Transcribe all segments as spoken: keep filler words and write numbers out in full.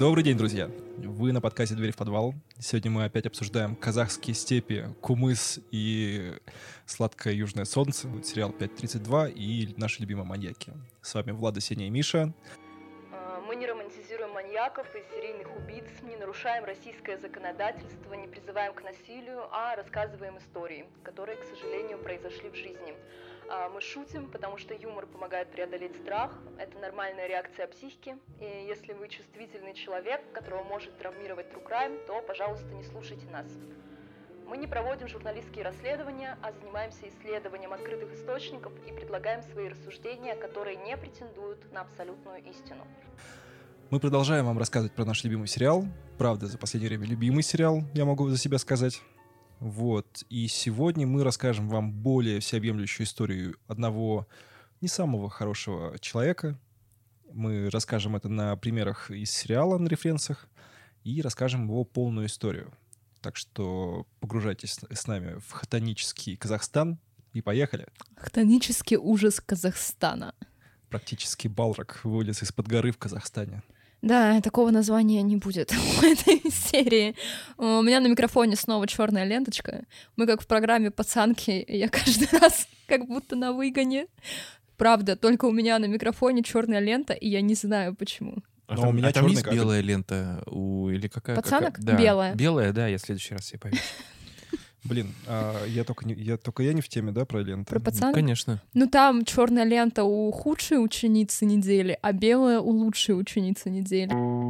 Добрый день, друзья! Вы на подкасте «Дверь в подвал». Сегодня мы опять обсуждаем казахские степи, кумыс и сладкое южное солнце, сериал пять тридцать два и наши любимые маньяки. С вами Влада, Сеня и Миша. Мы не романтизируем маньяков и серийных убийц, не нарушаем российское законодательство, не призываем к насилию, а рассказываем истории, которые, к сожалению, произошли в жизни. Мы шутим, потому что юмор помогает преодолеть страх, это нормальная реакция психики, и если вы чувствительный человек, которого может травмировать true crime, то, пожалуйста, не слушайте нас. Мы не проводим журналистские расследования, а занимаемся исследованием открытых источников и предлагаем свои рассуждения, которые не претендуют на абсолютную истину. Мы продолжаем вам рассказывать про наш любимый сериал. Правда, за последнее время любимый сериал, я могу за себя сказать. Вот. И сегодня мы расскажем вам более всеобъемлющую историю одного не самого хорошего человека. Мы расскажем это на примерах из сериала, на референсах, и расскажем его полную историю. Так что погружайтесь с нами в хтонический Казахстан и поехали. Хтонический ужас Казахстана. Практически Балрак вылез из-под горы в Казахстане. Да, такого названия не будет в этой серии. У меня на микрофоне снова черная ленточка. Мы как в программе «Пацанки», и я каждый раз как будто на выгоне. Правда, только у меня на микрофоне черная лента, и я не знаю почему. А Но там, у меня а там есть как... белая лента у... или какая? Пацанок? Какая? Да. Белая. Белая, да, я в следующий раз себе повешу. Блин, а я, только не, я только я не в теме, да, про ленты? Про пацанок? Конечно. Ну там черная лента у худшей ученицы недели, а белая у лучшей ученицы недели.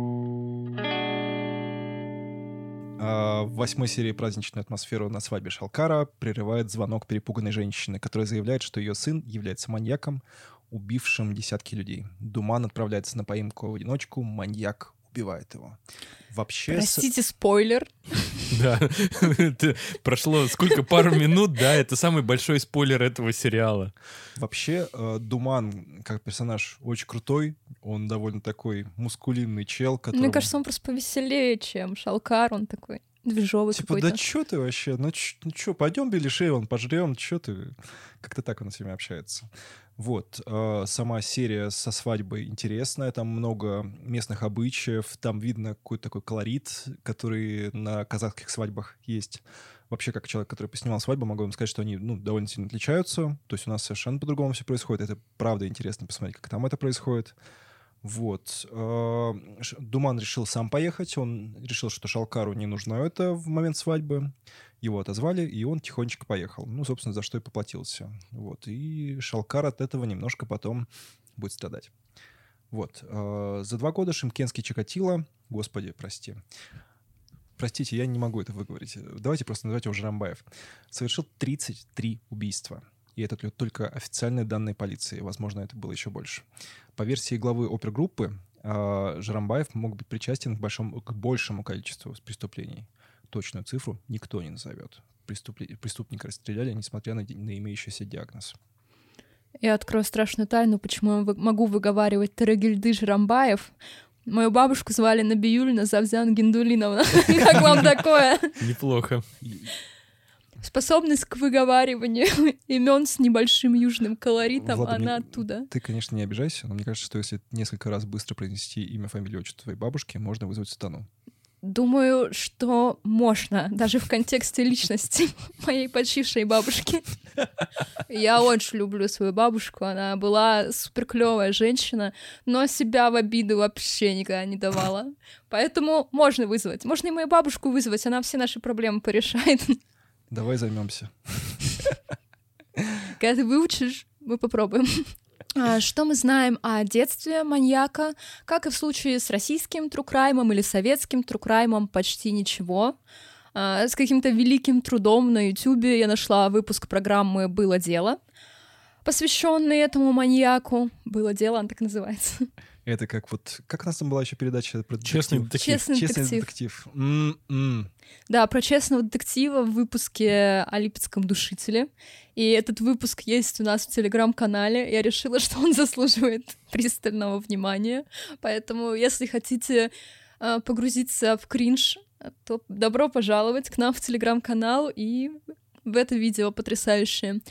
А в восьмой серии праздничную атмосферу на свадьбе Шалкара прерывает звонок перепуганной женщины, которая заявляет, что ее сын является маньяком, убившим десятки людей. Думан отправляется на поимку в одиночку, маньяк убивает его. Вообще... Простите, спойлер. Да, прошло сколько, пару минут, да, это самый большой спойлер этого сериала. Вообще, Думан, как персонаж, очень крутой, он довольно такой мускулинный чел, который... Мне кажется, он просто повеселее, чем Шалкар, он такой движовый типа, какой-то. да чё ты вообще? Ну, ч- ну чё, пойдем беляшей, он пожрем, чё ты? Как-то так он с ними общается. Вот. Э, сама серия со свадьбой интересная, там много местных обычаев, там видно какой-то такой колорит, который на казахских свадьбах есть. Вообще, как человек, который поснимал свадьбу, могу вам сказать, что они ну, довольно сильно отличаются. То есть у нас совершенно по-другому все происходит. Это правда интересно посмотреть, как там это происходит. Вот. Думан решил сам поехать. Он решил, что Шалкару не нужно это в момент свадьбы. Его отозвали, и он тихонечко поехал. Ну, собственно, за что и поплатился. Вот. И Шалкар от этого немножко потом будет страдать. Вот. За два года шымкентский Чикатило... Господи, прости. Простите, я не могу это выговорить. Давайте просто называть его Жирамбаев. Совершил тридцать три убийства. И это только официальные данные полиции. Возможно, это было еще больше. По версии главы опергруппы, Жирамбаев мог быть причастен к, большому, к большему количеству преступлений. Точную цифру никто не назовет. Преступле... Преступника расстреляли, несмотря на, на имеющийся диагноз. Я открою страшную тайну, почему я вы... могу выговаривать Тарагильды Жирамбаев. Мою бабушку звали Набиюльна Завзян Гиндулиновна. Как вам такое? Неплохо. Способность к выговариванию имен с небольшим южным колоритом, Влада, она мне... оттуда. Ты, конечно, не обижайся, но мне кажется, что если несколько раз быстро произнести имя, фамилию, отчество твоей бабушки, можно вызвать сатану. Думаю, что можно, даже в контексте личности моей почившей бабушки. Я очень люблю свою бабушку, она была суперклевая женщина, но себя в обиду вообще никогда не давала. Поэтому можно вызвать. Можно и мою бабушку вызвать, она все наши проблемы порешает. Давай займемся. Когда ты выучишь, мы попробуем. Что мы знаем о детстве маньяка? Как и в случае с российским тру-краймом или советским тру-краймом, почти ничего. С каким-то великим трудом на Ютубе я нашла выпуск программы «Было дело», посвященный этому маньяку. «Было дело», он так называется. Это как вот... Как у нас там была еще передача про детектив? Честный детектив. Честный, Честный детектив. детектив. М-м. Да, про честного детектива в выпуске о Липецком душителе. И этот выпуск есть у нас в Телеграм-канале. Я решила, что он заслуживает пристального внимания. Поэтому, если хотите э, погрузиться в кринж, то добро пожаловать к нам в Телеграм-канал и в это видео потрясающее.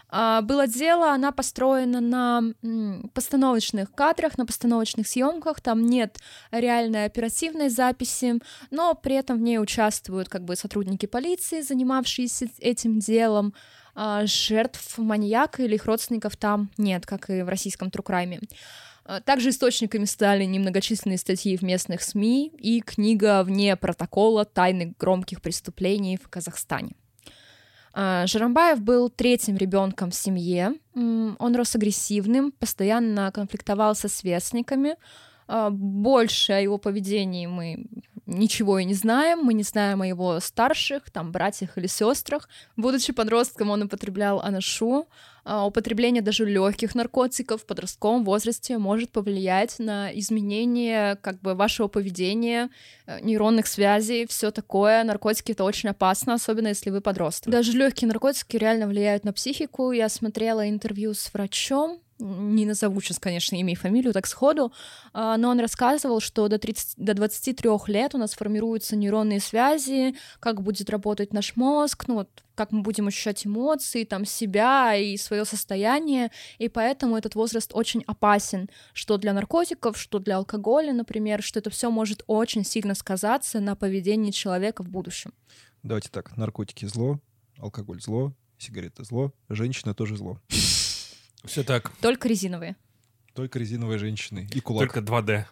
Было дело, она построена на постановочных кадрах, на постановочных съемках, там нет реальной оперативной записи, но при этом в ней участвуют как бы сотрудники полиции, занимавшиеся этим делом. Жертв маньяка или их родственников там нет, как и в российском true crime. Также источниками стали немногочисленные статьи в местных СМИ и книга «Вне протокола. Тайны громких преступлений в Казахстане». Жиромбаев был третьим ребенком в семье. Он рос агрессивным, постоянно конфликтовал со сверстниками. Больше о его поведении мы ничего и не знаем. Мы не знаем о его старших, там, братьях или сестрах. Будучи подростком, он употреблял анашу. Употребление даже легких наркотиков в подростковом возрасте может повлиять на изменение как бы вашего поведения, нейронных связей, все такое. Наркотики — это очень опасно, особенно если вы подросток. Даже легкие наркотики реально влияют на психику. Я смотрела интервью с врачом, не назову сейчас, конечно, имя и фамилию так сходу, но он рассказывал, что до, тридцати, до двадцати трёх лет у нас формируются нейронные связи, как будет работать наш мозг, ну вот, как мы будем ощущать эмоции, там, себя и свое состояние, и поэтому этот возраст очень опасен, что для наркотиков, что для алкоголя, например, что это все может очень сильно сказаться на поведении человека в будущем. Давайте так, наркотики зло, алкоголь зло, сигареты зло, женщина тоже зло. Все так. Только резиновые. Только резиновые женщины и кулак. Только два дэ.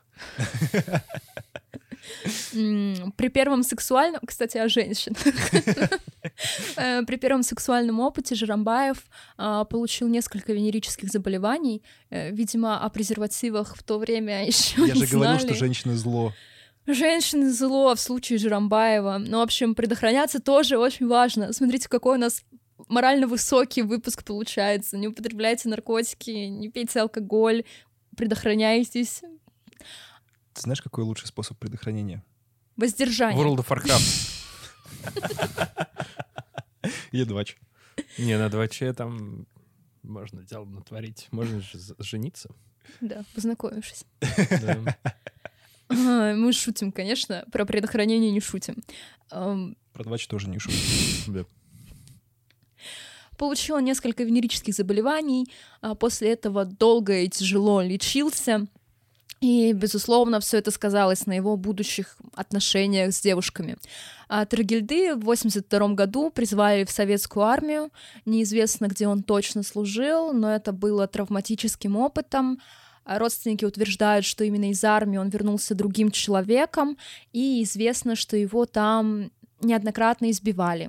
При первом сексуальном... Кстати, о женщинах. При первом сексуальном опыте Жиромбаев получил несколько венерических заболеваний. Видимо, о презервативах в то время еще не знали. Я же говорил, что женщины зло. Женщины зло в случае Жиромбаева. Ну, в общем, предохраняться тоже очень важно. Смотрите, какой у нас морально высокий выпуск получается. Не употребляйте наркотики, не пейте алкоголь, предохраняйтесь. Ты знаешь, какой лучший способ предохранения? Воздержание. World of Warcraft. Или двач. Не, на дваче там можно дело натворить. Можно же жениться. Да, познакомившись. Мы шутим, конечно. Про предохранение не шутим. Про двач тоже не шутим. Получил несколько венерических заболеваний, после этого долго и тяжело лечился, и, безусловно, все это сказалось на его будущих отношениях с девушками. Тагильды в восемьдесят втором году призвали в советскую армию, неизвестно, где он точно служил, но это было травматическим опытом. Родственники утверждают, что именно из армии он вернулся другим человеком, и известно, что его там неоднократно избивали.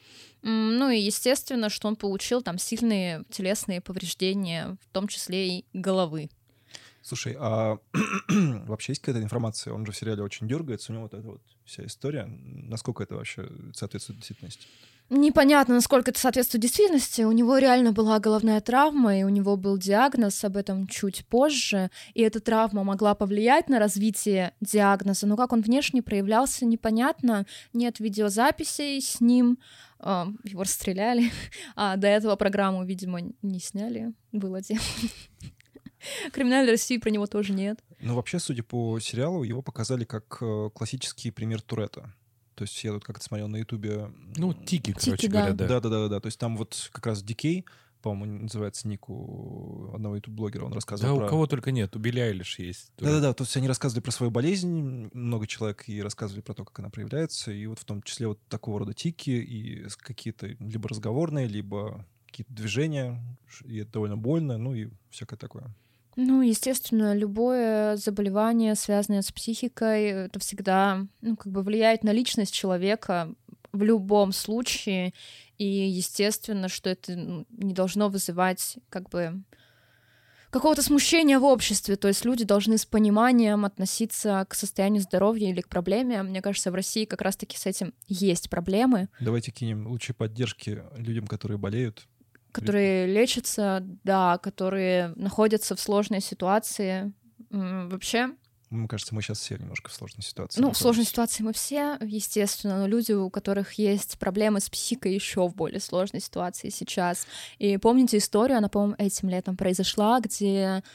Ну и естественно, что он получил там сильные телесные повреждения, в том числе и головы. Слушай, а вообще есть какая-то информация? Он же в сериале очень дергается, у него вот эта вот вся история. Насколько это вообще соответствует действительности? Непонятно, насколько это соответствует действительности. У него реально была головная травма, и у него был диагноз, об этом чуть позже. И эта травма могла повлиять на развитие диагноза. Но как он внешне проявлялся, непонятно. Нет видеозаписей с ним. Его расстреляли. А до этого программу, видимо, не сняли. Было дело. Криминальной России про него тоже нет. Ну, вообще, судя по сериалу, его показали как классический пример Туретта. То есть я тут как-то смотрел на Ютубе... Ну, тики, короче Тики, говоря, да. да. Да-да-да. То есть там вот как раз Дикей, по-моему, называется ник у одного ютуб-блогера, он рассказывал Да, про... у кого только нет, у Билли Айлиш есть. Да-да-да, то есть они рассказывали про свою болезнь, много человек, и рассказывали про то, как она проявляется, и вот в том числе вот такого рода тики, и какие-то либо разговорные, либо какие-то движения, и это довольно больно, ну и всякое такое. Ну, естественно, любое заболевание, связанное с психикой, это всегда, ну, как бы влияет на личность человека в любом случае, и естественно, что это не должно вызывать, как бы, какого-то смущения в обществе, то есть люди должны с пониманием относиться к состоянию здоровья или к проблеме. Мне кажется, в России как раз-таки с этим есть проблемы. Давайте кинем лучшие поддержки людям, которые болеют. Которые лечатся, да, которые находятся в сложной ситуации. Вообще... Мне кажется, мы сейчас все немножко в сложной ситуации. Ну, находимся. в сложной ситуации мы все, естественно, но люди, у которых есть проблемы с психикой, еще в более сложной ситуации сейчас. И помните историю, она, по-моему, этим летом произошла, где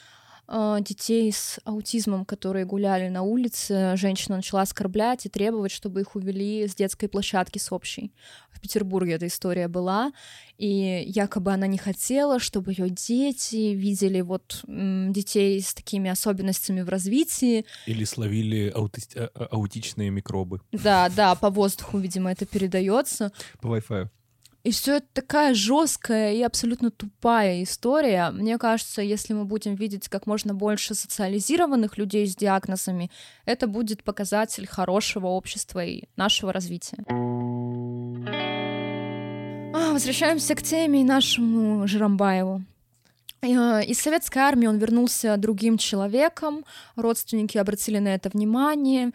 э, детей с аутизмом, которые гуляли на улице. Женщина начала оскорблять и требовать, чтобы их увели с детской площадки с общей. В Петербурге эта история была, и якобы она не хотела, чтобы ее дети видели вот м, детей с такими особенностями в развитии. Или словили аути- а- аутичные микробы. Да, да, по воздуху, видимо, это передается. По Wi-Fi. И все это такая жесткая и абсолютно тупая история. Мне кажется, если мы будем видеть как можно больше социализированных людей с диагнозами, это будет показатель хорошего общества и нашего развития. А, возвращаемся к теме и нашему Жиромбаеву. Из советской армии он вернулся другим человеком, родственники обратили на это внимание,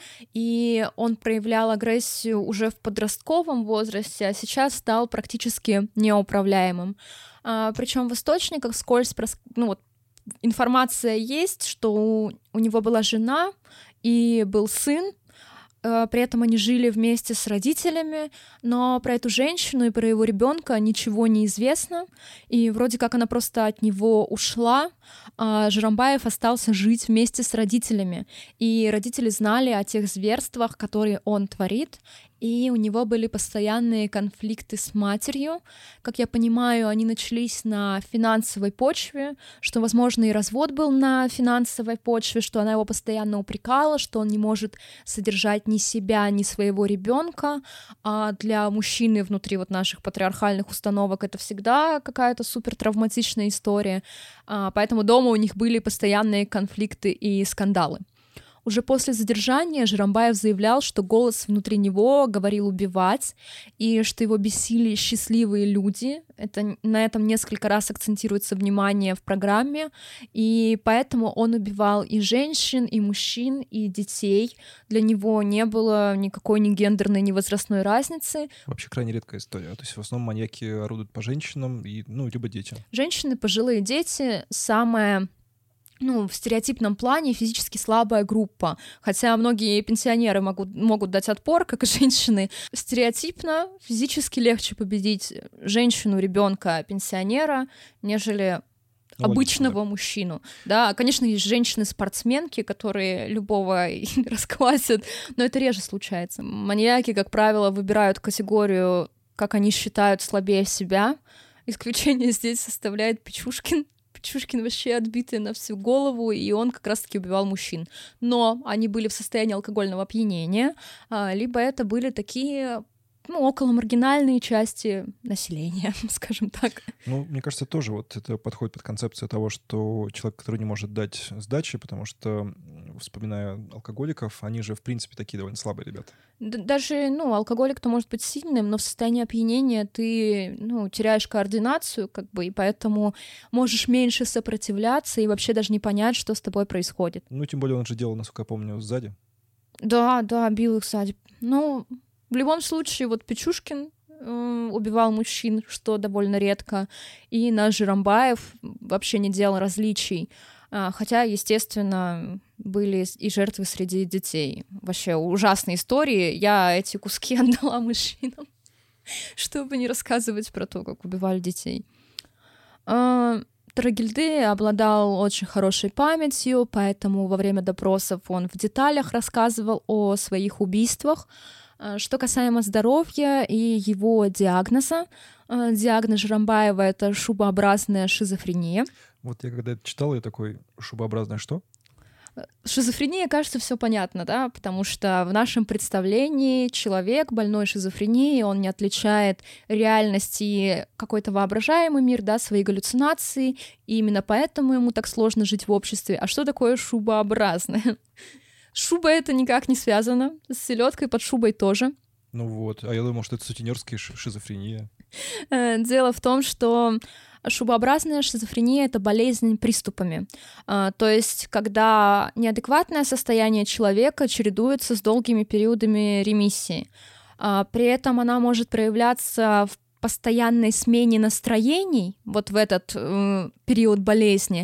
и он проявлял агрессию уже в подростковом возрасте, а сейчас стал практически неуправляемым. А, причем в источниках вскользь прос... ну, вот, информация есть, что у, у него была жена и был сын. При этом они жили вместе с родителями, но про эту женщину и про его ребенка ничего не известно. И вроде как она просто от него ушла, а Жиромбаев остался жить вместе с родителями. И родители знали о тех зверствах, которые он творит, и у него были постоянные конфликты с матерью. Как я понимаю, они начались на финансовой почве, что, возможно, и развод был на финансовой почве, что она его постоянно упрекала, что он не может содержать ни себя, ни своего ребенка. А для мужчины внутри вот наших патриархальных установок это всегда какая-то супер травматичная история. А, поэтому дома у них были постоянные конфликты и скандалы. Уже после задержания Жиромбаев заявлял, что голос внутри него говорил убивать, и что его бесили счастливые люди. Это, на этом несколько раз акцентируется внимание в программе, и поэтому он убивал и женщин, и мужчин, и детей. Для него не было никакой ни гендерной, ни возрастной разницы. Вообще крайне редкая история. То есть в основном маньяки орудуют по женщинам, и, ну, либо детям. Женщины, пожилые дети — самое... ну, в стереотипном плане физически слабая группа, хотя многие пенсионеры могут, могут дать отпор, как и женщины. Стереотипно физически легче победить женщину, ребенка, пенсионера, нежели ну, обычного логично, да. мужчину. Да, конечно, есть женщины-спортсменки, которые любого расквасят, но это реже случается. Маньяки, как правило, выбирают категорию, как они считают, слабее себя. Исключение здесь составляет Печушкин. Печушкин вообще отбитый на всю голову, и он как раз-таки убивал мужчин. Но они были в состоянии алкогольного опьянения, либо это были такие, ну, около маргинальные части населения, скажем так. Ну, мне кажется, тоже вот это подходит под концепцию того, что человек, который не может дать сдачи, потому что, вспоминая алкоголиков, они же, в принципе, такие довольно слабые ребята. Даже, ну, алкоголик-то может быть сильным, но в состоянии опьянения ты, ну, теряешь координацию, как бы, и поэтому можешь меньше сопротивляться и вообще даже не понять, что с тобой происходит. Ну, тем более он же делал, насколько я помню, сзади. Да, да, бил их сзади. Ну, в любом случае, вот Печушкин э, убивал мужчин, что довольно редко, и наш Жиромбаев вообще не делал различий. Хотя, естественно, были и жертвы среди детей. Вообще ужасные истории. Я эти куски отдала мужчинам, чтобы не рассказывать про то, как убивали детей. Тарагильды обладал очень хорошей памятью, поэтому во время допросов он в деталях рассказывал о своих убийствах. Что касаемо здоровья и его диагноза, диагноз Жиромбаева — это шубообразная шизофрения. Вот я когда это читал, я такой, шубообразная что? Шизофрения, кажется, все понятно, да, потому что в нашем представлении человек, больной шизофренией, он не отличает реальность и какой-то воображаемый мир, да, свои галлюцинации, и именно поэтому ему так сложно жить в обществе. А что такое шубообразное? Шуба — это никак не связано, с селедкой под шубой тоже. Ну вот, а я думал, что это сутенерская шизофрения. Дело в том, что шубообразная шизофрения — это болезнь приступами. То есть, когда неадекватное состояние человека чередуется с долгими периодами ремиссии. При этом она может проявляться в постоянной смене настроений вот в этот э, период болезни,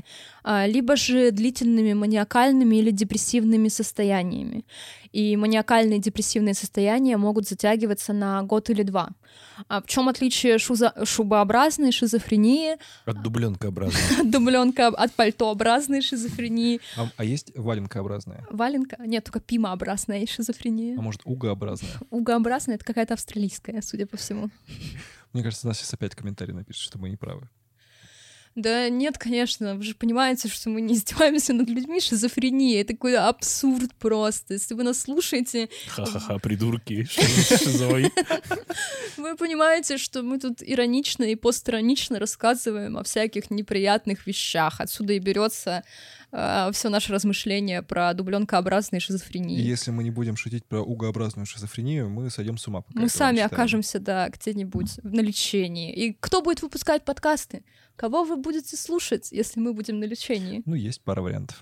либо же длительными маниакальными или депрессивными состояниями. И маниакальные и депрессивные состояния могут затягиваться на год или два. А в чем отличие шуза... шубообразной шизофрении от дубленкообразной? От дубленка, от пальтообразной шизофрении. А, а есть валенкообразная? Валенка? Нет, только пимообразная шизофрения. А может, угообразная? Угообразная — это какая-то австралийская, судя по всему. Мне кажется, нас сейчас опять комментарий напишут, что мы не правы. Да нет, конечно, вы же понимаете, что мы не издеваемся над людьми. Шизофрения — это какой абсурд просто. Если вы нас слушаете... Ха-ха-ха, придурки, шизой. Вы понимаете, что мы тут иронично и постиронично рассказываем о всяких неприятных вещах. Отсюда и берется э, все наше размышление про дубленкообразные шизофрении. И если мы не будем шутить про угообразную шизофрению, мы сойдем с ума. Мы сами окажемся, да, где-нибудь на лечении. И кто будет выпускать подкасты? Кого вы будете слушать, если мы будем на лечении? Ну, есть пара вариантов.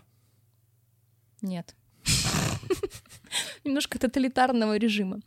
Нет. Немножко тоталитарного режима.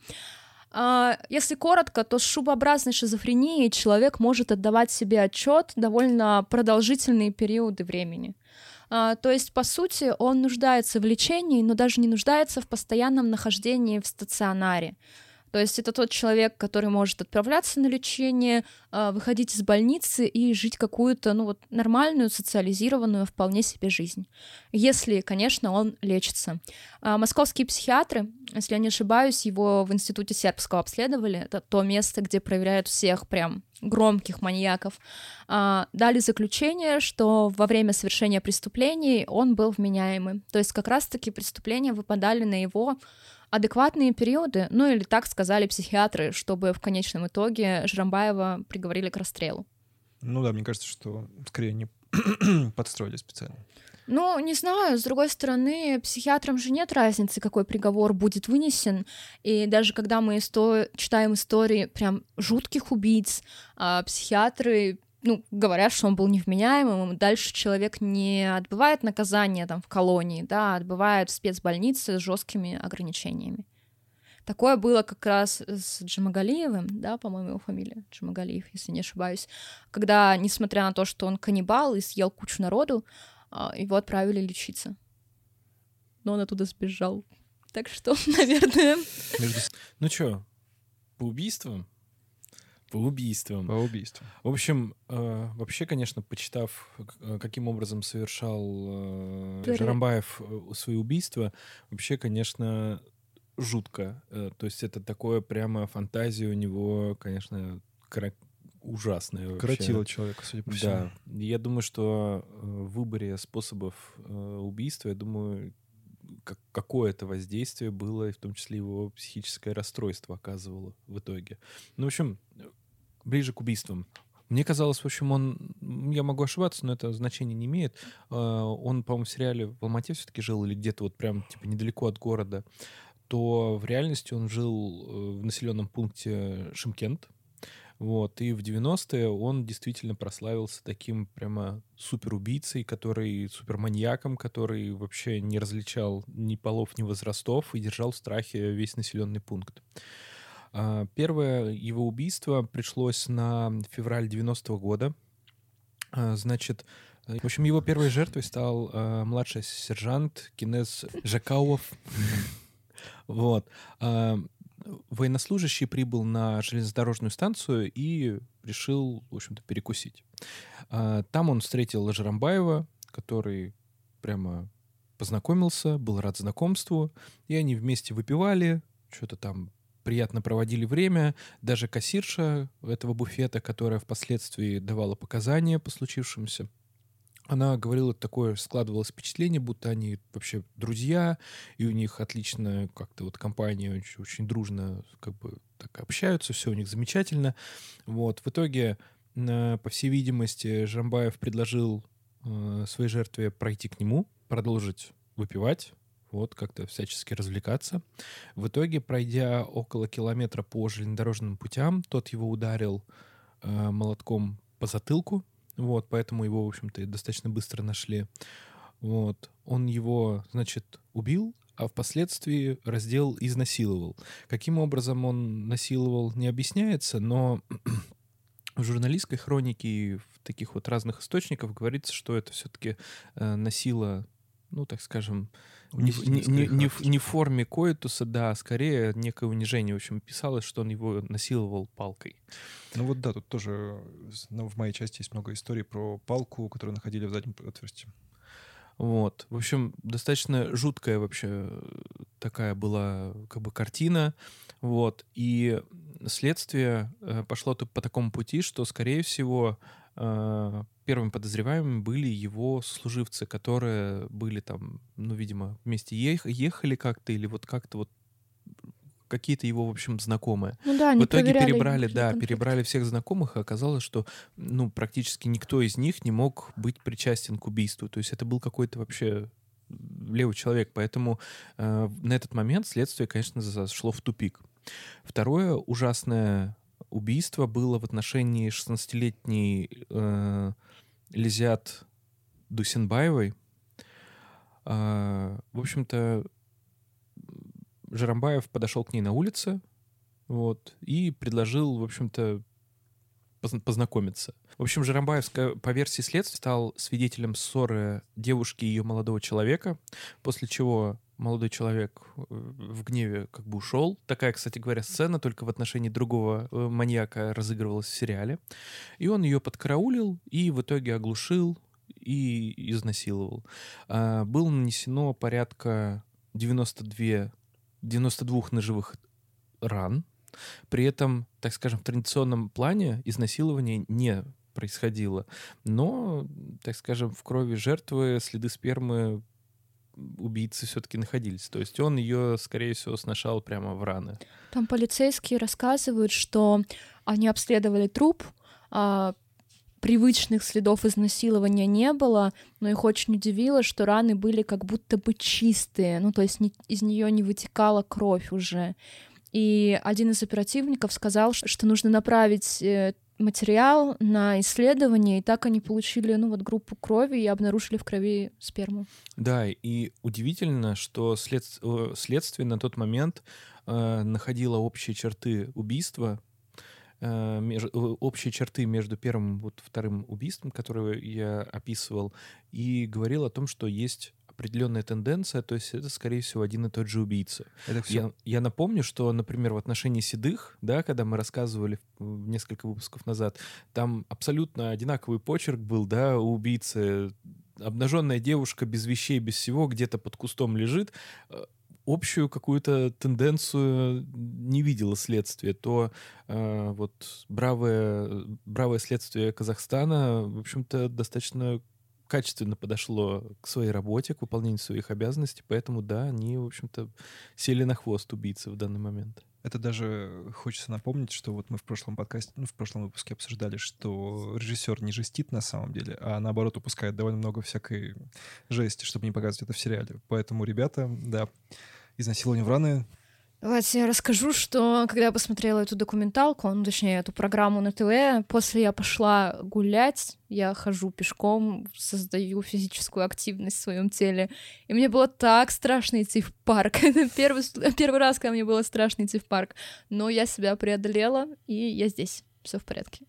Если коротко, то с шубообразной шизофренией человек может отдавать себе отчет довольно продолжительные периоды времени. То есть, по сути, он нуждается в лечении, но даже не нуждается в постоянном нахождении в стационаре. То есть это тот человек, который может отправляться на лечение, выходить из больницы и жить какую-то, ну вот, нормальную, социализированную, вполне себе жизнь. Если, конечно, он лечится. Московские психиатры, если я не ошибаюсь, его в Институте Сербского обследовали, это то место, где проверяют всех прям громких маньяков, дали заключение, что во время совершения преступлений он был вменяемым. То есть как раз-таки преступления выпадали на его адекватные периоды, ну или так сказали психиатры, чтобы в конечном итоге Жиромбаева приговорили к расстрелу. Ну да, мне кажется, что скорее они подстроили специально. Ну, не знаю, с другой стороны, психиатрам же нет разницы, какой приговор будет вынесен, и даже когда мы исто- читаем истории прям жутких убийц, а психиатры ну, говорят, что он был невменяемым, и дальше человек не отбывает наказание там в колонии, да, а отбывает в спецбольнице с жесткими ограничениями. Такое было как раз с Джамагалиевым, да, по-моему, его фамилия Джамагалиев, если не ошибаюсь, когда, несмотря на то, что он каннибал и съел кучу народу, его отправили лечиться. Но он оттуда сбежал. Так что, наверное... Ну чё, по убийствам? По убийствам. По убийствам. В общем, э, вообще, конечно, почитав, каким образом совершал э, Жиромбаев свои убийства, вообще, конечно, жутко. Э, то есть это такое прямо фантазия у него, конечно, кра- ужасная вообще. Коротило человека, судя по всему. Да. Я думаю, что в выборе способов э, убийства, я думаю, как, какое это воздействие было, и в том числе его психическое расстройство оказывало в итоге. Ну, в общем, ближе к убийствам. Мне казалось, в общем, он... Я могу ошибаться, но это значения не имеет. Он, по-моему, в сериале в Алмате все-таки жил или где-то вот прям типа недалеко от города. То в реальности он жил в населенном пункте Шымкент. Вот. И в девяностые он действительно прославился таким прямо суперубийцей, который суперманьяком, который вообще не различал ни полов, ни возрастов и держал в страхе весь населенный пункт. Первое его убийство пришлось на февраль девяностого года. Значит, в общем, его первой жертвой стал младший сержант Кинез Жакауов. Вот. Военнослужащий прибыл на железнодорожную станцию и решил, в общем-то, перекусить. Там он встретил Жиромбаева, который прямо познакомился, был рад знакомству, и они вместе выпивали, что-то там приятно проводили время. Даже кассирша этого буфета, которая впоследствии давала показания по случившемуся, она говорила, такое складывалось впечатление, будто они вообще друзья, и у них отличная как-то вот компания, очень, очень дружно как бы так общаются, все у них замечательно. Вот. В итоге, по всей видимости, Жиромбаев предложил э, своей жертве пройти к нему, продолжить выпивать, вот, как-то всячески развлекаться. В итоге, пройдя около километра по железнодорожным путям, тот его ударил э, молотком по затылку, вот, поэтому его, в общем-то, достаточно быстро нашли. Вот. Он его, значит, убил, а впоследствии раздел и изнасиловал. Каким образом он насиловал, не объясняется, но в журналистской хронике и в таких вот разных источниках говорится, что это все-таки э, носило, ну, так скажем, не, не, не, не, в, не в форме коитуса, да, а скорее некое унижение. В общем, писалось, что он его насиловал палкой. Ну вот да, тут тоже ну, в моей части есть много историй про палку, которую находили в заднем отверстии. Вот. В общем, достаточно жуткая вообще такая была как бы картина. Вот. И следствие э, пошло по такому пути, что, скорее всего, э, первыми подозреваемыми были его сослуживцы, которые были там, ну, видимо, вместе ех- ехали как-то или вот как-то вот какие-то его, в общем, знакомые. Ну да, они в итоге перебрали, их да, конфликт. перебрали всех знакомых, и оказалось, что, ну, практически никто из них не мог быть причастен к убийству. То есть это был какой-то вообще левый человек. Поэтому э, на этот момент следствие, конечно, зашло в тупик. Второе ужасное убийство было в отношении шестнадцатилетней э, Лизиат Дусенбаевой. Э, в общем-то, Жиромбаев подошел к ней на улице, вот, и предложил, в общем-то, познакомиться. В общем, Жиромбаев, по версии следствия, стал свидетелем ссоры девушки и ее молодого человека, после чего молодой человек в гневе как бы ушел. Такая, кстати говоря, сцена только в отношении другого маньяка разыгрывалась в сериале. И он ее подкараулил и в итоге оглушил и изнасиловал. Было нанесено порядка девяносто два, девяносто два ножевых ран. При этом, так скажем, в традиционном плане изнасилование не происходило. Но, так скажем, в крови жертвы следы спермы убийцы все-таки находились. То есть он ее, скорее всего, сношал прямо в раны. Там полицейские рассказывают, что они обследовали труп, а привычных следов изнасилования не было, но их очень удивило, что раны были как будто бы чистые, ну то есть не, из нее не вытекала кровь уже. И один из оперативников сказал, что нужно направить материал на исследование, и так они получили, ну вот, группу крови и обнаружили в крови сперму. Да, и удивительно, что след... следствие на тот момент э, находило общие черты убийства, э, меж... общие черты между первым и вот, вторым убийством, которое я описывал, и говорило о том, что есть определенная тенденция, то есть это, скорее всего, один и тот же убийца. Это всё... я, я напомню, что, например, в отношении Седых, да, когда мы рассказывали несколько выпусков назад, там абсолютно одинаковый почерк был, да, у убийцы. Обнаженная девушка без вещей, без всего, где-то под кустом лежит. Общую какую-то тенденцию не видело следствие. То э, вот бравое, бравое следствие Казахстана, в общем-то, достаточно качественно подошло к своей работе, к выполнению своих обязанностей, поэтому, да, они, в общем-то, сели на хвост убийцы в данный момент. Это даже хочется напомнить, что вот мы в прошлом подкасте, ну, в прошлом выпуске обсуждали, что режиссер не жестит на самом деле, а наоборот упускает довольно много всякой жести, чтобы не показывать это в сериале. Поэтому, ребята, да, изнасилование в раны. Давайте я расскажу, что когда я посмотрела эту документалку, ну, точнее, эту программу на ТВ, после я пошла гулять, я хожу пешком, создаю физическую активность в своем теле, и мне было так страшно идти в парк. Это первый, первый раз, когда мне было страшно идти в парк, но я себя преодолела, и я здесь, все в порядке.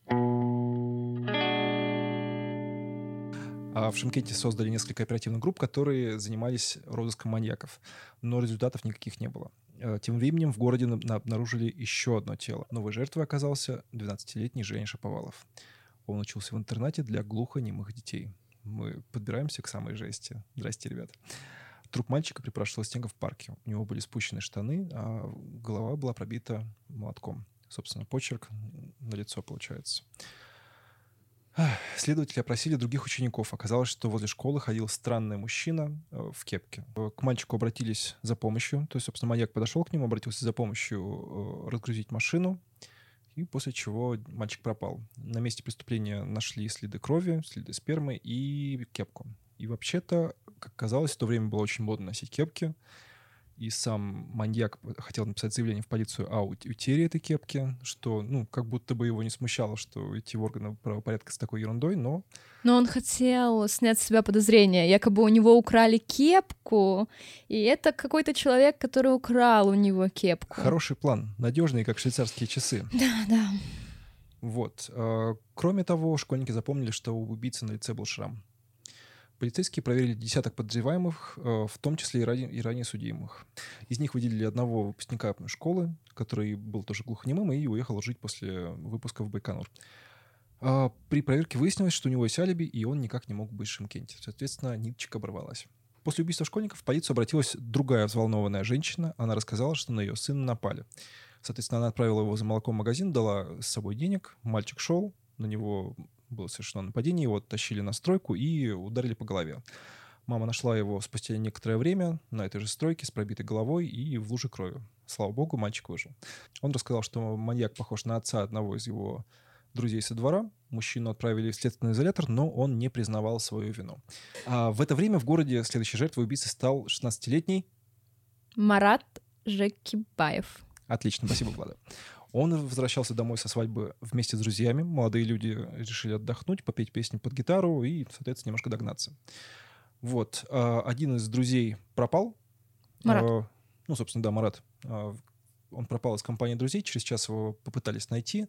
А в Шымкенте создали несколько оперативных групп, которые занимались розыском маньяков, но результатов никаких не было. Тем временем в городе обнаружили еще одно тело. Новой жертвой оказался двенадцатилетний Женя Шаповалов. Он учился в интернате для глухонемых детей. Мы подбираемся к самой жести. Здрасте, ребята. Труп мальчика припрашивал снега в парке. У него были спущены штаны, а голова была пробита молотком. Собственно, почерк на лицо получается. Следователи опросили других учеников. Оказалось, что возле школы ходил странный мужчина в кепке. К мальчику обратились за помощью. То есть, собственно, маньяк подошел к нему, обратился за помощью разгрузить машину. И после чего мальчик пропал. На месте преступления нашли следы крови, следы спермы и кепку. И вообще-то, как казалось, в то время было очень модно носить кепки. И сам маньяк хотел написать заявление в полицию о утере этой кепки, что, ну, как будто бы его не смущало, что идти в органы правопорядка с такой ерундой, но... Но он хотел снять с себя подозрения. Якобы у него украли кепку, и это какой-то человек, который украл у него кепку. Хороший план, надежный, как швейцарские часы. Да, да. Вот. Кроме того, школьники запомнили, что у убийцы на лице был шрам. Полицейские проверили десяток подозреваемых, в том числе и ранее, и ранее судимых. Из них выделили одного выпускника школы, который был тоже глухонемым и уехал жить после выпуска в Байконур. При проверке выяснилось, что у него есть алиби, и он никак не мог быть в Шымкенте. Соответственно, ниточка оборвалась. После убийства школьников в полицию обратилась другая взволнованная женщина. Она рассказала, что на ее сына напали. Соответственно, она отправила его за молоком в магазин, дала с собой денег. Мальчик шел, на него было совершено нападение, его тащили на стройку и ударили по голове. Мама нашла его спустя некоторое время на этой же стройке с пробитой головой и в луже крови. Слава богу, мальчик выжил. Он рассказал, что маньяк похож на отца одного из его друзей со двора. Мужчину отправили в следственный изолятор, но он не признавал свою вину. А в это время в городе следующей жертвой убийцы стал шестнадцатилетний Марат Жекибаев. Отлично, спасибо, Влада. Он возвращался домой со свадьбы вместе с друзьями. Молодые люди решили отдохнуть, попеть песни под гитару и, соответственно, немножко догнаться. Вот. Один из друзей пропал. Марат. Ну, собственно, да, Марат. Он пропал из компании друзей. Через час его попытались найти.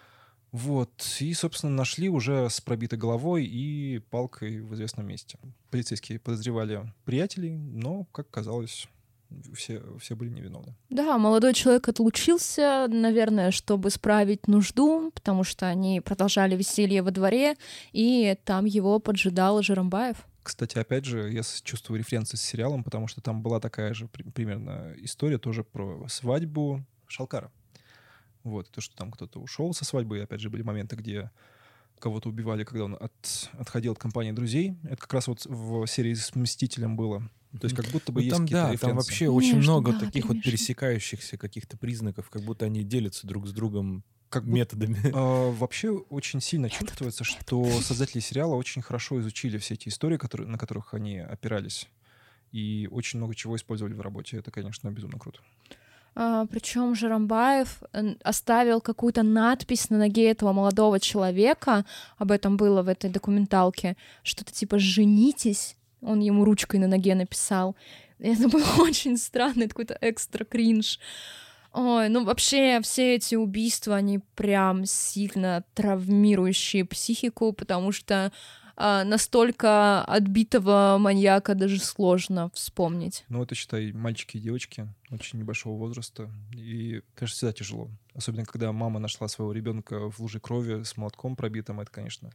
Вот. И, собственно, нашли уже с пробитой головой и палкой в известном месте. Полицейские подозревали приятелей, но, как казалось, все, все были невиновны. Да, молодой человек отлучился, наверное, чтобы справить нужду, потому что они продолжали веселье во дворе, и там его поджидал Жиромбаев. Кстати, опять же, я чувствую референсы с сериалом, потому что там была такая же примерно история тоже про свадьбу Шалкара. Вот, то, что там кто-то ушел со свадьбы, и опять же были моменты, где кого-то убивали, когда он от, отходил от компании друзей. Это как раз вот в серии с «Мстителем» было. То есть как будто бы ну, есть там, какие-то да, референсы. там вообще очень Конечно, много да, таких конечно. вот пересекающихся каких-то признаков, как будто они делятся друг с другом как методами. Будто, э, вообще очень сильно чувствуется, что создатели сериала очень хорошо изучили все эти истории, которые, на которых они опирались. И очень много чего использовали в работе. Это, конечно, безумно круто. А, причем Жиромбаев оставил какую-то надпись на ноге этого молодого человека, об этом было в этой документалке, что-то типа «женитесь», он ему ручкой на ноге написал. И это было очень странно, это какой-то экстра кринж. Ой, ну вообще все эти убийства, они прям сильно травмирующие психику, потому что а, настолько отбитого маньяка даже сложно вспомнить. Ну, это, считай, мальчики и девочки очень небольшого возраста. И, конечно, всегда тяжело. Особенно, когда мама нашла своего ребенка в луже крови с молотком пробитым. Это, конечно...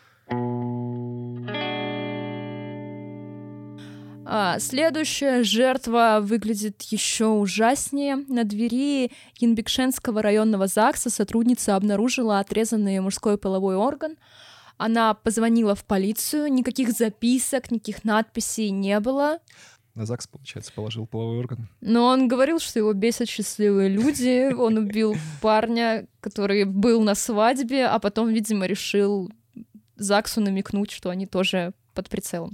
А, следующая жертва выглядит еще ужаснее. На двери Янбекшенского районного ЗАГСа сотрудница обнаружила отрезанный мужской половой орган. Она позвонила в полицию, никаких записок, никаких надписей не было. На ЗАГС, получается, положил половой орган. Но он говорил, что его бесят счастливые люди. Он убил парня, который был на свадьбе, а потом, видимо, решил ЗАГСу намекнуть, что они тоже под прицелом.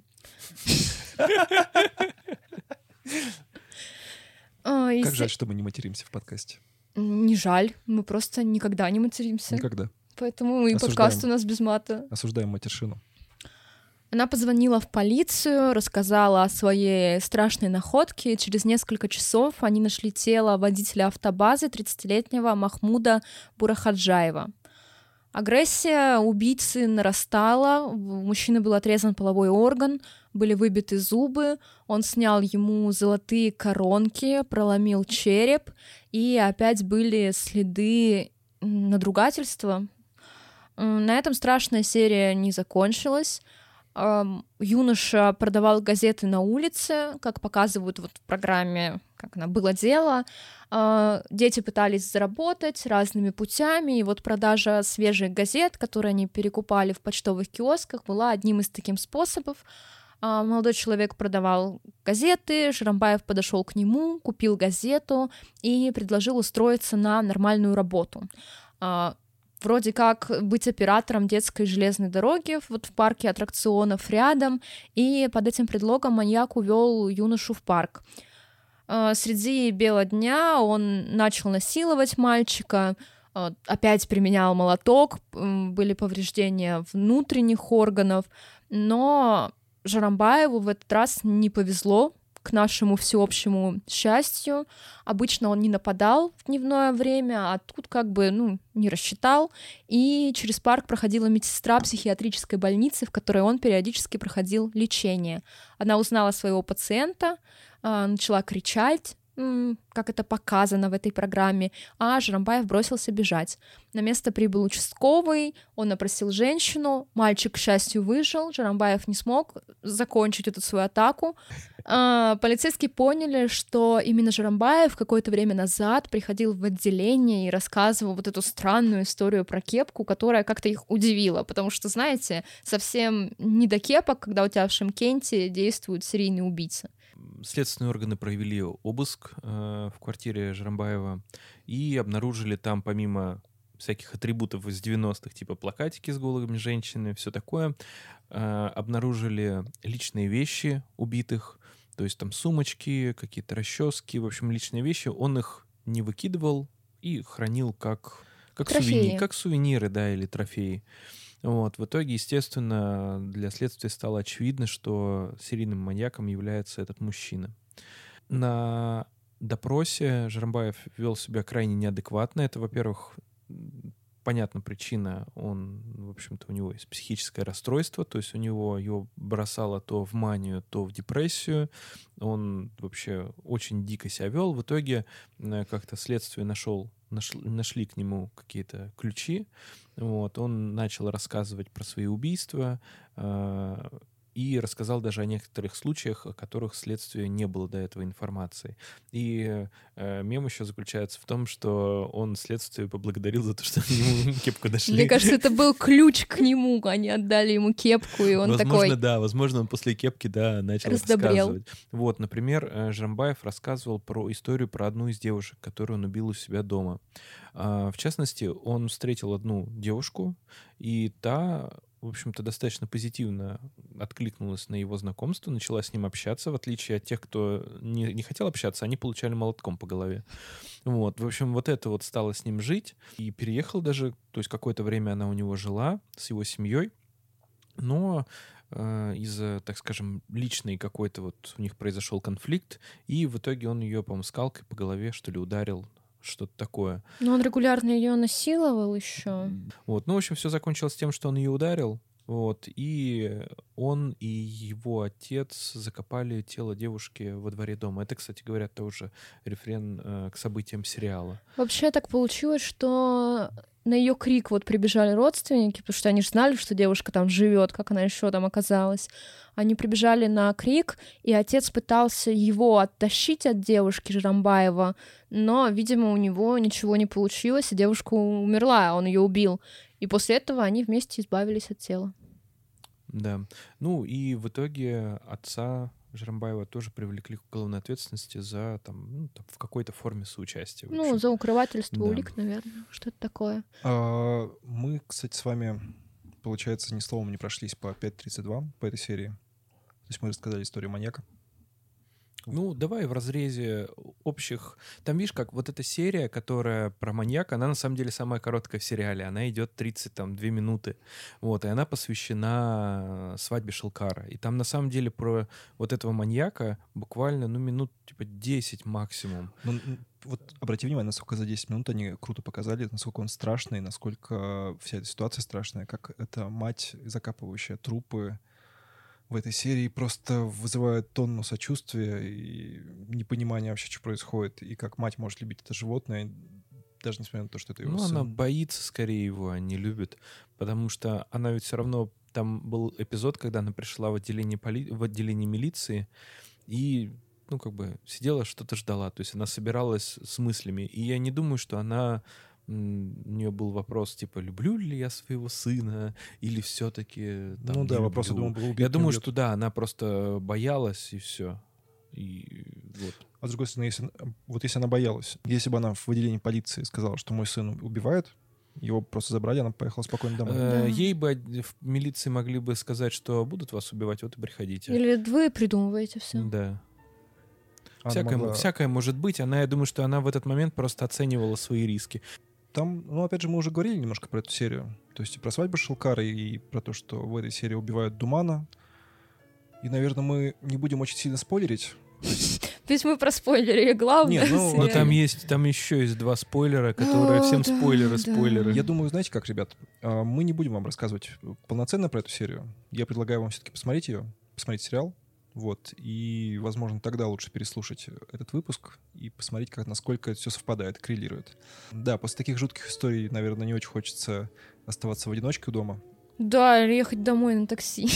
Как жаль, что мы не материмся в подкасте. Не жаль, мы просто никогда не материмся. Никогда. Поэтому и подкаст у нас без мата. Осуждаем матершину. Она позвонила в полицию, рассказала о своей страшной находке. Через несколько часов они нашли тело водителя автобазы тридцатилетнего Махмуда Бурахаджаева. Агрессия убийцы нарастала, у мужчины был отрезан половой орган, были выбиты зубы, он снял ему золотые коронки, проломил череп, и опять были следы надругательства. На этом страшная серия не закончилась. Юноша продавал газеты на улице, как показывают вот в программе, как она «Было дело». Дети пытались заработать разными путями, и вот продажа свежих газет, которые они перекупали в почтовых киосках, была одним из таких способов. Молодой человек продавал газеты, Жиромбаев подошел к нему, купил газету и предложил устроиться на нормальную работу. Вроде как быть оператором детской железной дороги вот в парке аттракционов рядом, и под этим предлогом маньяк увел юношу в парк. Среди бела дня он начал насиловать мальчика, опять применял молоток, были повреждения внутренних органов, но Жиромбаеву в этот раз не повезло. к нашему всеобщему счастью. Обычно он не нападал в дневное время, а тут как бы, ну, не рассчитал. И через парк проходила медсестра психиатрической больницы, в которой он периодически проходил лечение. Она узнала своего пациента, начала кричать, как это показано в этой программе, а Жиромбаев бросился бежать. На место прибыл участковый, он опросил женщину, мальчик, к счастью, выжил, Жиромбаев не смог закончить эту свою атаку. А, полицейские поняли, что именно Жиромбаев какое-то время назад приходил в отделение и рассказывал вот эту странную историю про кепку, которая как-то их удивила, потому что, знаете, совсем не до кепок, когда у тебя в Шымкенте действует серийный убийца. Следственные органы провели обыск э, в квартире Жиромбаева и обнаружили там, помимо всяких атрибутов из девяностых, типа плакатики с голыми женщинами, все такое, э, обнаружили личные вещи убитых, то есть там сумочки, какие-то расчески, в общем, личные вещи. Он их не выкидывал и хранил как, как, сувени, как сувениры, да, или трофеи. Вот. В итоге, естественно, для следствия стало очевидно, что серийным маньяком является этот мужчина. На допросе Жиромбаев вел себя крайне неадекватно. Это, во-первых, понятна причина. Он, в общем-то, у него есть психическое расстройство, то есть у него его бросало то в манию, то в депрессию. Он вообще очень дико себя вел. В итоге как-то следствие нашел Нашли, нашли к нему какие-то ключи. Вот. Он начал рассказывать про свои убийства э, и рассказал даже о некоторых случаях, о которых следствию не было до этого информации. И э, мем еще заключается в том, что он следствию поблагодарил за то, что они ему кепку нашли. Мне кажется, это был ключ к нему. Они отдали ему кепку, и он возможно, такой... Возможно, да. Возможно, он после кепки, да, начал раздобрел. рассказывать. Вот, например, Жиромбаев рассказывал про историю про одну из девушек, которую он убил у себя дома. В частности, он встретил одну девушку, и та, в общем-то, достаточно позитивно откликнулась на его знакомство, начала с ним общаться, в отличие от тех, кто не, не хотел общаться, они получали молотком по голове. Вот, в общем, вот это вот стало с ним жить, и переехал даже, то есть какое-то время она у него жила с его семьей, но э, из-за, так скажем, личной какой-то вот у них произошел конфликт, и в итоге он ее, по-моему, скалкой по голове, что ли, ударил, что-то такое. Но он регулярно ее насиловал еще. Вот, ну, в общем, все закончилось тем, что он ее ударил, вот, и он и его отец закопали тело девушки во дворе дома. Это, кстати говоря, тоже референ э, к событиям сериала. Вообще так получилось, что на ее крик вот прибежали родственники, потому что они же знали, что девушка там живет, как она еще там оказалась. Они прибежали на крик, и отец пытался его оттащить от девушки Жиромбаева, но, видимо, у него ничего не получилось, и девушка умерла, а он ее убил. И после этого они вместе избавились от тела. Да. Ну и в итоге отца Жиромбаева тоже привлекли к уголовной ответственности за там, ну, там, в какой-то форме соучастия. Ну, за укрывательство да. улик, наверное, что-то такое. А, мы, кстати, с вами, получается, ни словом не прошлись по пять тридцать два, по этой серии. То есть мы рассказали историю маньяка. Ну, давай в разрезе общих... Там, видишь, как вот эта серия, которая про маньяка, она на самом деле самая короткая в сериале. Она идет тридцать две минуты. Вот, и она посвящена свадьбе Шелкара. И там на самом деле про вот этого маньяка буквально, ну, минут типа десять максимум. Ну, вот обрати внимание, насколько за десять минут они круто показали, насколько он страшный, насколько вся эта ситуация страшная, как эта мать, закапывающая трупы, в этой серии просто вызывает тонну сочувствия и непонимания вообще, что происходит, и как мать может любить это животное, даже несмотря на то, что это его ну, сын. Она боится скорее его, а не любит, потому что она ведь все равно... Там был эпизод, когда она пришла в отделение, поли... в отделение милиции и, ну, как бы сидела, что-то ждала, то есть она собиралась с мыслями, и я не думаю, что она... У нее был вопрос, типа, люблю ли я своего сына, или все-таки... Там, ну да, люблю. вопрос, я думаю, был убит. Я думаю, убьет. что да, она просто боялась, и все. И вот. А с другой стороны, если, вот если она боялась, если бы она в отделении полиции сказала, что мой сын убивает, его просто забрали, она поехала спокойно домой. Да. Ей бы в милиции могли бы сказать, что будут вас убивать, вот и приходите. Или вы придумываете все. Да. Она Всякое, могла- всякое может быть. Она, я думаю, что она в этот момент просто оценивала свои риски. Там, ну, опять же, мы уже говорили немножко про эту серию. То есть и про свадьбу Шелкара, и про то, что в этой серии убивают Думана. И, наверное, мы не будем очень сильно спойлерить, Ведь мы проспойлерили главное. Не, ну, Но там есть, там еще есть два спойлера, которые О, всем да, спойлеры, да. спойлеры. Я думаю, знаете как, ребят, а, мы не будем вам рассказывать полноценно про эту серию. Я предлагаю вам все-таки посмотреть ее, посмотреть сериал, вот, и, возможно, тогда лучше переслушать этот выпуск и посмотреть, как, насколько это все совпадает, коррелирует. Да, после таких жутких историй, наверное, не очень хочется оставаться в одиночке дома. Да, или ехать домой на такси.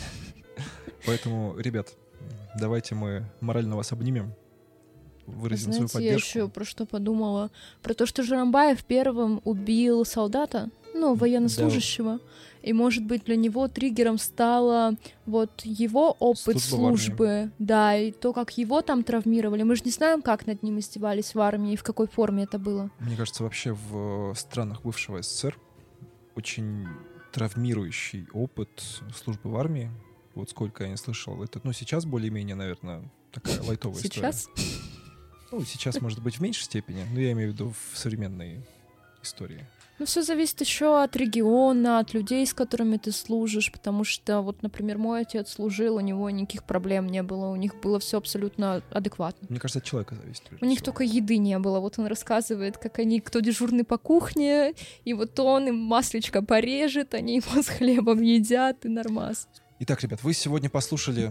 Поэтому, ребят, давайте мы морально вас обнимем, выразим свою Знаете, я поддержку. еще про что подумала? Про то, что Жиромбаев первым убил солдата, ну, военнослужащего. И, может быть, для него триггером стало вот его опыт Служба в армии. службы, да, и то, как его там травмировали. Мы же не знаем, как над ним издевались в армии и в какой форме это было. Мне кажется, вообще в странах бывшего СССР очень травмирующий опыт службы в армии. Вот сколько я не слышал. Это, ну, сейчас более-менее, наверное, такая лайтовая Сейчас? история. Ну, сейчас, может быть, в меньшей степени, но я имею в виду в современной истории. Ну, все зависит еще от региона, от людей, с которыми ты служишь, потому что, вот, например, мой отец служил, у него никаких проблем не было, у них было все абсолютно адекватно. Мне кажется, от человека зависит. У них только еды не было. Вот он рассказывает, как они, кто дежурный по кухне, и вот он им маслечко порежет, они его с хлебом едят, и нормас. Итак, ребят, вы сегодня послушали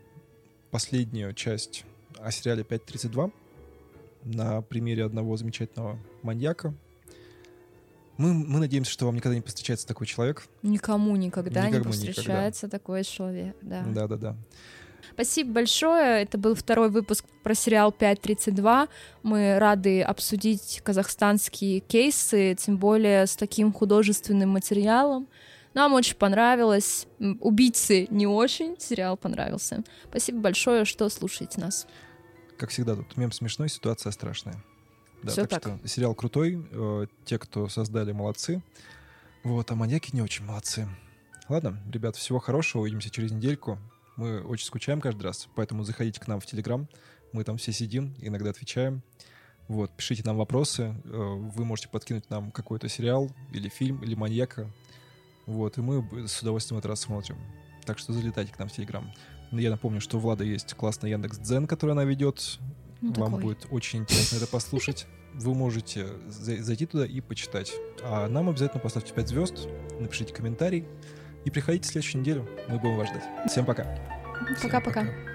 последнюю часть о сериале пять тридцать два на примере одного замечательного маньяка. Мы, мы надеемся, что вам никогда не повстречается такой человек. Никому никогда Никому не повстречается такой человек, да. Да-да-да. Спасибо большое. Это был второй выпуск про сериал пять тридцать два. Мы рады обсудить казахстанские кейсы, тем более с таким художественным материалом. Нам очень понравилось. «Убийцы» не очень, сериал понравился. Спасибо большое, что слушаете нас. Как всегда, тут мем смешной, ситуация страшная. Да, Всё так, так. что сериал крутой, э, те, кто создали, молодцы. Вот, а маньяки не очень молодцы. Ладно, ребят, всего хорошего, увидимся через недельку. Мы очень скучаем каждый раз, поэтому заходите к нам в Телеграм. Мы там все сидим, иногда отвечаем. Вот, пишите нам вопросы. э, Вы можете подкинуть нам какой-то сериал или фильм, или маньяка. Вот, и мы с удовольствием это рассмотрим. Так что залетайте к нам в Телеграм. Но я напомню, что у Влады есть классный Яндекс.Дзен, который она ведет. Ну, Вам такой. будет очень интересно это послушать. Вы можете за- зайти туда и почитать. А нам обязательно поставьте пять звезд, напишите комментарий и приходите в следующую неделю. Мы будем вас ждать. Всем пока. Пока-пока. Всем пока.